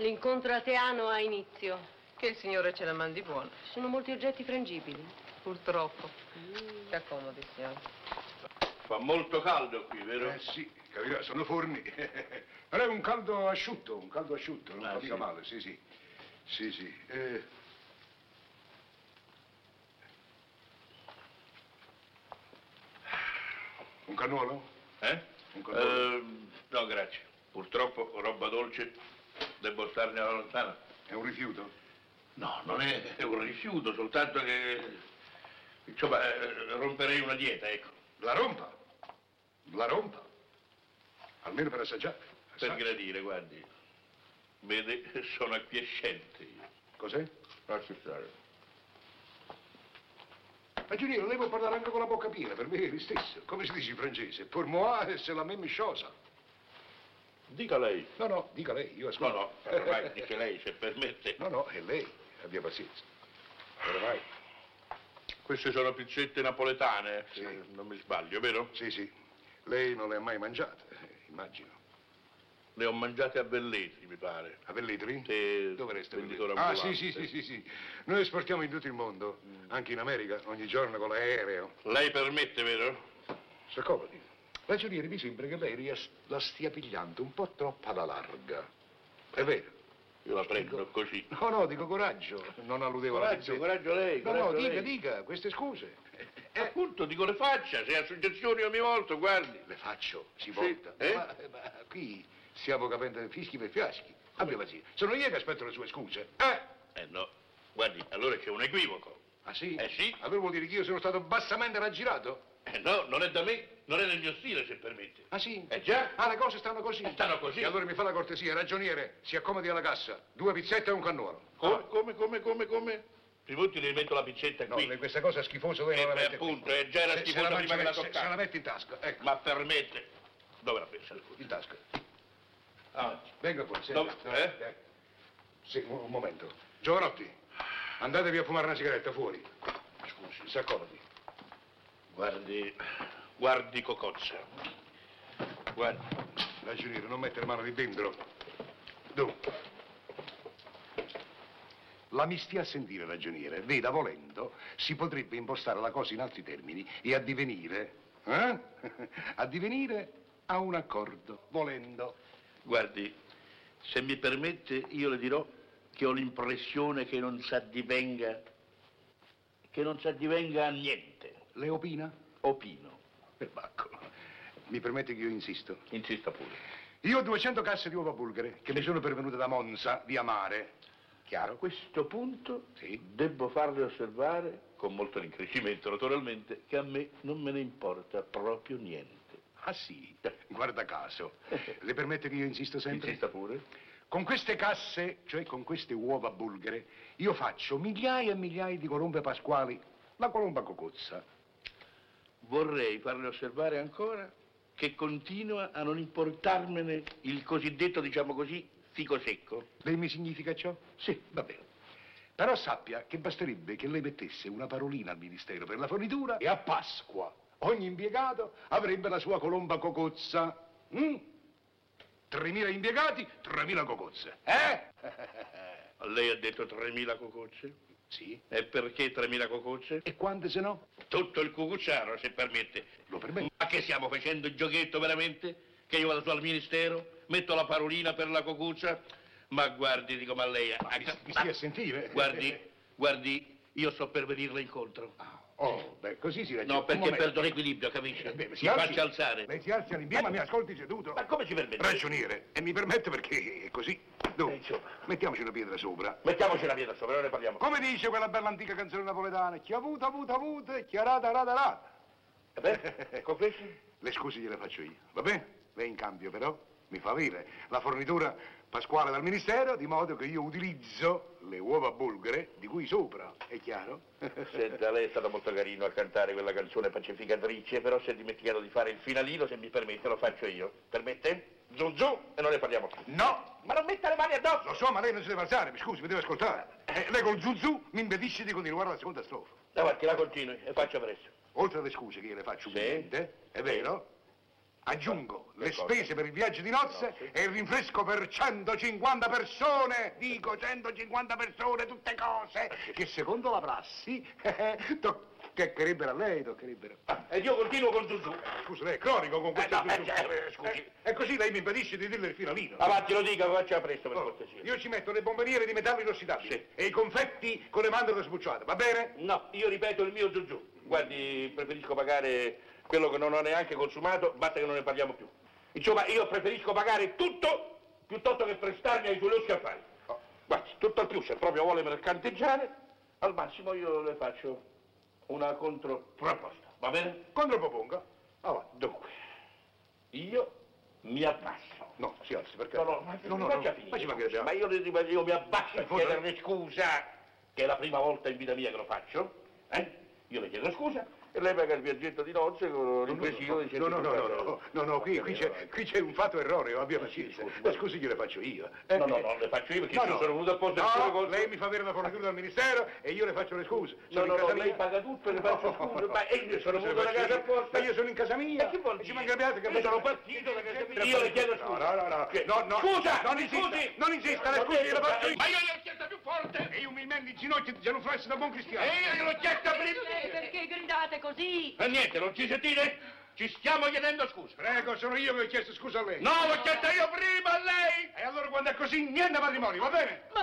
l'incontro ateano ha inizio. Che il Signore ce la mandi buona. Ci sono molti oggetti frangibili. Purtroppo. Si accomodi, signore. Fa molto caldo qui, vero? Sì, capirà, sono forni. Però è un caldo asciutto, non fa mica sì. male, sì, sì. Sì, sì. Un cannuolo? Un cannuolo? No, grazie. Purtroppo roba dolce, devo starne alla lontana. È un rifiuto? No, non è un rifiuto, soltanto che... Insomma, romperei una dieta, ecco. La rompa? La rompa? Almeno per assaggiare. Per gradire, guardi. Vede, sono acquiescente io. Cos'è? Lasci stare. Ma Giulio, lei può parlare anche con la bocca piena, per me è lo stesso. Come si dice in francese? Pour moi, c'est la même chose. Dica lei. No, dica lei, io ascolto. No, ormai dice lei, se permette. No, è lei. Abbia pazienza. Ormai. Queste sono pizzette napoletane, Sì. se non mi sbaglio, vero? Sì. Lei non le ha mai mangiate, immagino. Le ho mangiate a Velletri, mi pare. A Velletri? Sì, Dove resta venditore Velletri? ambulante. Sì. Noi esportiamo in tutto il mondo, anche in America, ogni giorno con l'aereo. Lei permette, vero? S'accomodi. Ragioniere, mi sembra che lei la stia pigliando un po' troppo alla larga. È vero? Io la prendo così. No, dico coraggio. Non alludevo alla pizzetta. Coraggio lei, No, lei. dica, queste scuse. Appunto, dico le faccia, se ha suggezioni io mi volto, guardi. Le faccio, si Sì, volta. eh? Ma qui stiamo capendo fischi per fiaschi. Abbia pazienza. Sono io che aspetto le sue scuse. No, guardi, allora c'è un equivoco. Ah, sì? Sì. Allora vuol dire che io sono stato bassamente raggirato? No, non è da me, non è nel mio stile, se permette. Ah, sì? Già. Ah, le cose stanno così? Stanno così. E allora mi fa la cortesia, ragioniere, si accomodi alla cassa. 2 pizzette e un cannuolo. Come? Rivolti le metto la pizzetta No, qui. questa cosa schifosa lei non la mette appunto, qui. già era Se schifosa la prima che la se toccassi. la mette in tasca, ecco. Ma permette. Dove la pensa? In tasca. Avanti. Venga fuori, Dove? Sì, un momento. Giovanotti, andatevi a fumare una sigaretta fuori. Scusi, si accomodi. Guardi Cocozza. Guardi. Ragioniere, non mettere mano di dentro. Dunque. La mi stia a sentire, ragioniere. Veda, volendo, si potrebbe impostare la cosa in altri termini e addivenire a un accordo, volendo. Guardi, se mi permette, io le dirò che ho l'impressione che non si addivenga a niente. Le opina? Opino. Perbacco. Mi permette che io insisto? Insista pure. Io ho 200 casse di uova bulgare che mi sono pervenute da Monza, via mare. Chiaro? A questo punto Sì. devo farle osservare, con molto rincrescimento naturalmente, che a me non me ne importa proprio niente. Ah, sì? Guarda caso. Le permette che io insisto sempre? Insista pure. Con queste casse, cioè con queste uova bulgare, io faccio migliaia e migliaia di colombe pasquali, la colomba cocozza. Vorrei farle osservare ancora che continua a non importarmene il cosiddetto, diciamo così, fico secco. Lei mi significa ciò? Sì. Va bene. Però sappia che basterebbe che lei mettesse una parolina al Ministero per la fornitura e a Pasqua ogni impiegato avrebbe la sua colomba cocozza. 3.000 impiegati, 3.000 cocozze. Lei ha detto 3.000 cocozze? Sì. E perché 3.000 cocozze? E quante se no? Tutto il cucucciaro, se permette. Lo permette? Ma che stiamo facendo il giochetto veramente? Che io vado su al Ministero, metto la parolina per la cocuzza? Ma guardi, dico, ma lei... Mi stia a sentire? Guardi, io sto per venirle incontro. Beh, così si ragiona. No, perché perdo l'equilibrio, capisci? Si Mi faccia alzare. Lei si alzi all'indietro, ma mi ascolti seduto. Ma come ci permette? Ragioniere, e mi permette perché è così. Dunque, insomma. mettiamoci una pietra sopra. Mettiamoci la pietra sopra, non ne parliamo. Come dice quella bella antica canzone napoletana? Chi ha avuto, e chi ha rata. Ecco questo? Le scuse gliele faccio io, va bene? Lei in cambio però mi fa avere la fornitura pasquale dal Ministero, di modo che io utilizzo le uova bulgare di cui sopra, è chiaro? Senta, lei è stato molto carino a cantare quella canzone pacificatrice, però si è dimenticato di fare il finalino, se mi permette, lo faccio io. Permette? Zu e non ne parliamo più. No! Ma non metta le mani addosso! Lo so, ma lei non si deve alzare, mi scusi, mi deve ascoltare. Lei col zu mi impedisce di continuare la seconda strofa. Davanti, la continui e faccia presto. Oltre alle scuse che io le faccio, ovviamente, è vero? Aggiungo le cosa? spese per il viaggio di nozze Nozze. e il rinfresco per 150 persone. Dico 150 persone, tutte cose che secondo la prassi toccherebbero a lei, toccherebbero. Ed io continuo con Zuzu. Scusa, lei è cronico con questo. Scusi. E così lei mi impedisce di dirle il finalino. Avanti, lo dica, faccia presto per Oh, cortesia. io ci metto le bomboniere di metallo inossidabile Sì. e i confetti con le mandorle sbucciate, va bene? No, io ripeto il mio Zuzu. Guardi, preferisco pagare quello che non ho neanche consumato, basta che non ne parliamo più. Insomma, io preferisco pagare tutto piuttosto che prestarmi ai suoi loschi affari. Oh, guardi, tutto al più, se proprio vuole mercanteggiare, al massimo io le faccio una controproposta, va bene? Controproponga. Avanti. Dunque, io mi abbasso. No, si alzi, perché? No, faccia finire. Ma ci mancherebbe. Ma io mi abbasso a In fondo- chiederle scusa, che è la prima volta in vita mia che lo faccio, Io le chiedo scusa e lei paga il viaggetto di nozze con l'impresione di qui c'è un fatto errore, abbia pazienza. Ma scusi, gliele faccio io. No, le faccio io perché io sono venuto apposta per No, lei mi fa avere la fornitura del ministero e io le faccio le scuse. Sono in casa lei mia. paga tutto e le faccio scuse, ma io sono venuto da casa apposta. Ma io sono in casa mia. E che vuol Ci dire? mancherebbe altro che Io sono partito da casa mia. Io le chiedo scusa. No. Scusa! Non insista, le scuse gliele faccio io. Ma io gliel'ho chiesto più forte! E io umilmente in ginocchio ti genuflessi da buon cristiano. E io gliel'ho chiesto prima! Perché gridate così? E niente, non ci sentite? Ci stiamo chiedendo scusa. Prego, sono io che ho chiesto scusa a lei. No, l'ho chiesto io prima a lei! E allora quando è così, niente matrimonio, va bene?